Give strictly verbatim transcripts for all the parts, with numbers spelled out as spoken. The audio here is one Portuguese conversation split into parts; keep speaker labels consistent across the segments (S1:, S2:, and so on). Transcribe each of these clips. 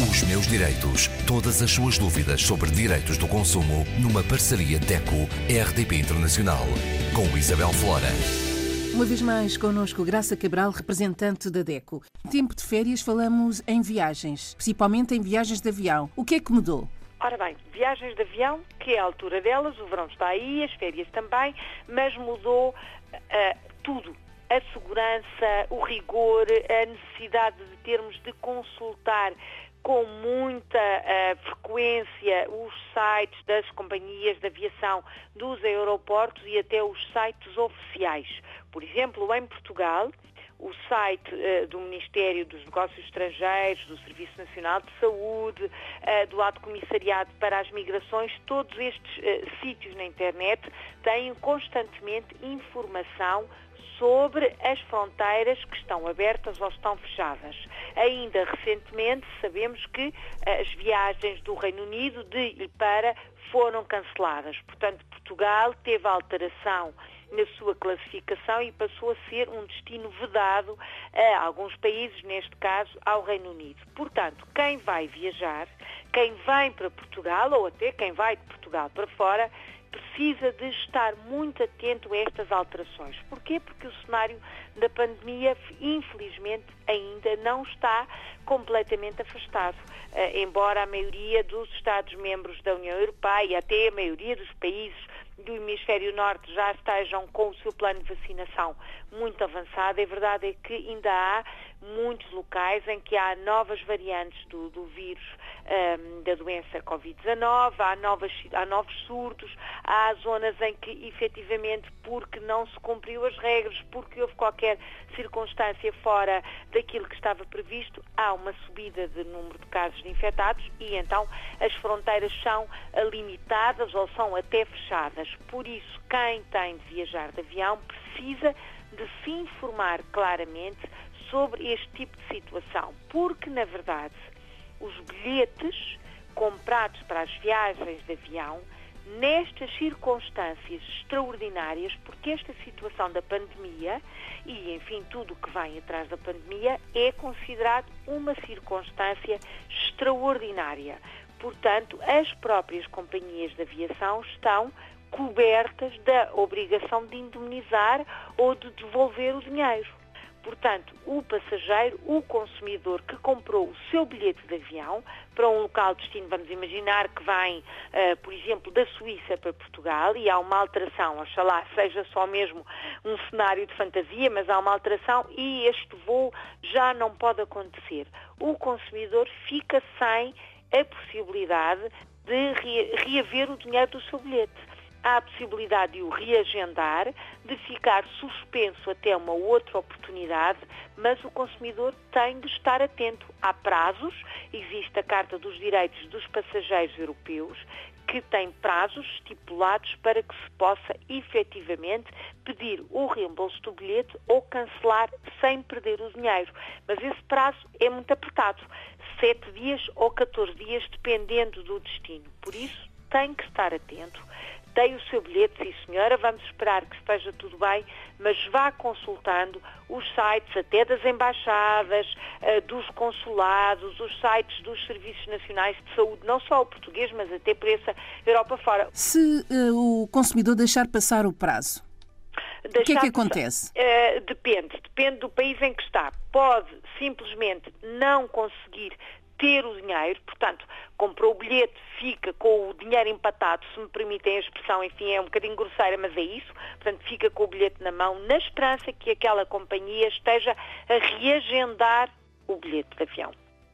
S1: Os meus direitos. Todas as suas dúvidas sobre direitos do consumo numa parceria DECO-R D P Internacional. Com Isabel Flora.
S2: Uma vez mais connosco Graça Cabral, representante da DECO. Tempo de férias, falamos em viagens, principalmente em viagens de avião. O que é que mudou?
S3: Ora bem, viagens de avião, que é a altura delas, o verão está aí, as férias também, mas mudou uh, tudo. A segurança, o rigor, a necessidade de termos de consultar com muita uh, frequência os sites das companhias de aviação dos aeroportos e até os sites oficiais. Por exemplo, em Portugal, o site uh, do Ministério dos Negócios Estrangeiros, do Serviço Nacional de Saúde, uh, do Alto Comissariado para as Migrações, todos estes uh, sítios na internet têm constantemente informação sobre as fronteiras que estão abertas ou estão fechadas. Ainda recentemente sabemos que as viagens do Reino Unido de e para foram canceladas. Portanto, Portugal teve alteração na sua classificação e passou a ser um destino vedado a alguns países, neste caso ao Reino Unido. Portanto, quem vai viajar, quem vem para Portugal ou até quem vai de Portugal para fora, precisa de estar muito atento a estas alterações. Porquê? Porque o cenário da pandemia, infelizmente, ainda não está completamente afastado. Uh, embora a maioria dos Estados-membros da União Europeia e até a maioria dos países do Hemisfério Norte já estejam com o seu plano de vacinação muito avançado, a verdade é que ainda há muitos locais em que há novas variantes do, do vírus um, da doença covid dezanove, há, novas, há novos surtos, há zonas em que efetivamente porque não se cumpriu as regras, porque houve qualquer circunstância fora daquilo que estava previsto, há uma subida de número de casos de infectados e então as fronteiras são limitadas ou são até fechadas. Por isso, quem tem de viajar de avião precisa de se informar claramente sobre este tipo de situação, porque, na verdade, os bilhetes comprados para as viagens de avião, nestas circunstâncias extraordinárias, porque esta situação da pandemia e, enfim, tudo o que vem atrás da pandemia é considerado uma circunstância extraordinária. Portanto, as próprias companhias de aviação estão cobertas da obrigação de indemnizar ou de devolver o dinheiro. Portanto, o passageiro, o consumidor que comprou o seu bilhete de avião para um local de destino, vamos imaginar que vem, uh, por exemplo, da Suíça para Portugal e há uma alteração, oxalá seja só mesmo um cenário de fantasia, mas há uma alteração e este voo já não pode acontecer. O consumidor fica sem a possibilidade de re- reaver o dinheiro do seu bilhete. Há a possibilidade de o reagendar, de ficar suspenso até uma outra oportunidade, mas o consumidor tem de estar atento. Há prazos, existe a Carta dos Direitos dos Passageiros Europeus, que tem prazos estipulados para que se possa efetivamente pedir o reembolso do bilhete ou cancelar sem perder o dinheiro. Mas esse prazo é muito apertado, sete dias ou catorze dias, dependendo do destino. Por isso, tem que estar atento. Tem o seu bilhete, sim senhora, vamos esperar que esteja tudo bem, mas vá consultando os sites até das embaixadas, dos consulados, os sites dos Serviços Nacionais de Saúde, não só o português, mas até por essa Europa fora.
S2: Se uh, o consumidor deixar passar o prazo, deixar o que é que acontece?
S3: Uh, depende, depende do país em que está. Pode simplesmente não conseguir ter o dinheiro, portanto, comprou o bilhete, fica com o dinheiro empatado, se me permitem a expressão, enfim, é um bocadinho grosseira, mas é isso, portanto, fica com o bilhete na mão, na esperança que aquela companhia esteja a reagendar o bilhete de avião.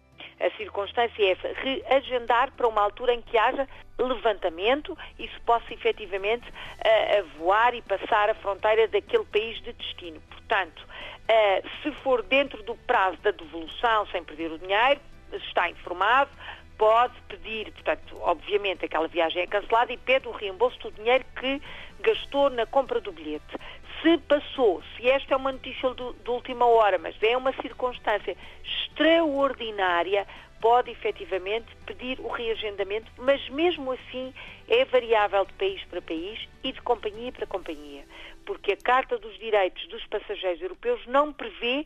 S3: A circunstância é essa, reagendar para uma altura em que haja levantamento e se possa efetivamente a, a voar e passar a fronteira daquele país de destino. Portanto, a, se for dentro do prazo da devolução, sem perder o dinheiro, está informado, pode pedir, portanto, obviamente aquela viagem é cancelada e pede o reembolso do dinheiro que gastou na compra do bilhete. Se passou, se esta é uma notícia de, de última hora, mas é uma circunstância extraordinária, pode efetivamente pedir o reagendamento, mas mesmo assim é variável de país para país e de companhia para companhia, porque a Carta dos Direitos dos Passageiros Europeus não prevê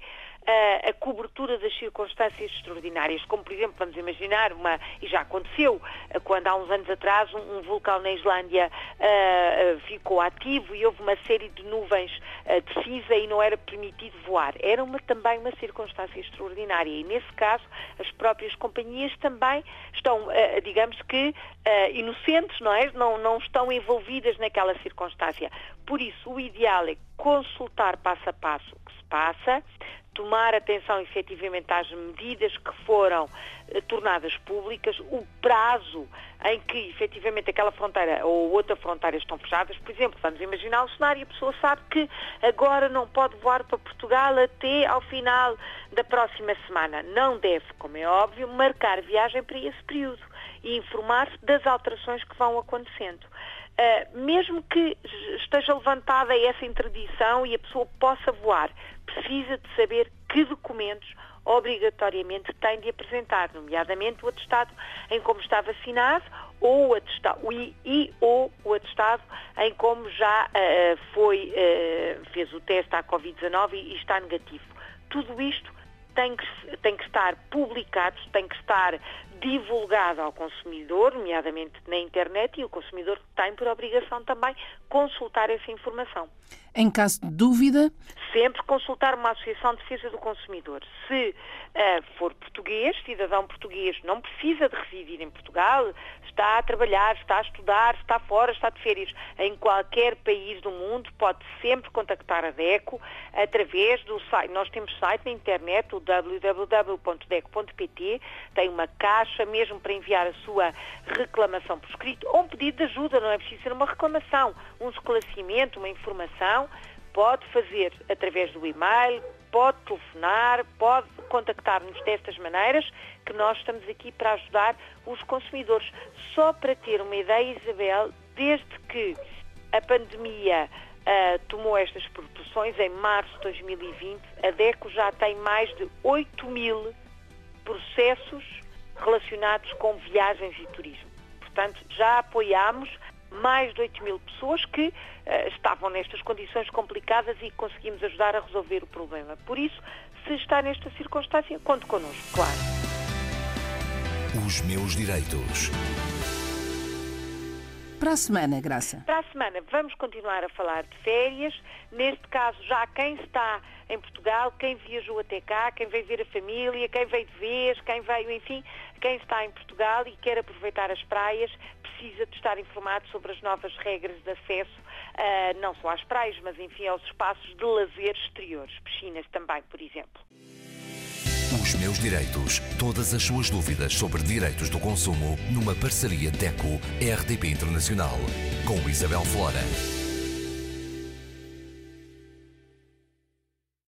S3: a, a cobertura das circunstâncias extraordinárias, como por exemplo, vamos imaginar, uma, e já aconteceu, quando há uns anos atrás um, um vulcão na Islândia uh, uh, ficou ativo e houve uma série de nuvens uh, de cinza e não era permitido voar. Era uma, também uma circunstância extraordinária e nesse caso as próprias companhias também estão, uh, digamos que, uh, inocentes, não é? Não, não estão envolvidas naquela circunstância. Por isso, o ideal é consultar passo a passo o que se passa, tomar atenção efetivamente às medidas que foram eh, tornadas públicas, o prazo em que efetivamente aquela fronteira ou outra fronteira estão fechadas. Por exemplo, vamos imaginar um cenário, a pessoa sabe que agora não pode voar para Portugal até ao final da próxima semana. Não deve, como é óbvio, marcar viagem para esse período e informar-se das alterações que vão acontecendo. Uh, mesmo que esteja levantada essa interdição e a pessoa possa voar, precisa de saber que documentos obrigatoriamente tem de apresentar, nomeadamente o atestado em como está vacinado ou o atestado, e, e ou o atestado em como já uh, foi, uh, fez o teste à covid dezanove e, e está negativo. Tudo isto tem que, tem que estar publicado, tem que estar divulgado ao consumidor, nomeadamente na internet, e o consumidor tem por obrigação também consultar essa informação.
S2: Em caso de dúvida?
S3: Sempre consultar uma associação de defesa do consumidor. Se uh, for português, cidadão português, não precisa de residir em Portugal, está a trabalhar, está a estudar, está fora, está de férias, em qualquer país do mundo, pode sempre contactar a DECO através do site. Nós temos site na internet, o w w w ponto deco ponto p t, tem uma caixa mesmo para enviar a sua reclamação por escrito, ou um pedido de ajuda, não é preciso ser uma reclamação, um esclarecimento, uma informação. Pode fazer através do e-mail, pode telefonar, pode contactar-nos destas maneiras, que nós estamos aqui para ajudar os consumidores. Só para ter uma ideia, Isabel, desde que a pandemia uh, tomou estas proporções, em março de dois mil e vinte, a DECO já tem mais de oito mil processos relacionados com viagens e turismo. Portanto, já apoiámos mais de oito mil pessoas que uh, estavam nestas condições complicadas e conseguimos ajudar a resolver o problema. Por isso, se está nesta circunstância, conte connosco, claro.
S1: Os meus direitos.
S2: Para a semana, Graça.
S3: Para a semana vamos continuar a falar de férias. Neste caso, já quem está em Portugal, quem viajou até cá, quem veio ver a família, quem veio de vez, quem veio, enfim, quem está em Portugal e quer aproveitar as praias, precisa de estar informado sobre as novas regras de acesso, uh, não só às praias, mas enfim aos espaços de lazer exteriores, piscinas também, por exemplo.
S1: Os meus direitos. Todas as suas dúvidas sobre direitos do consumo numa parceria DECO-R D P Internacional com Isabel Flora.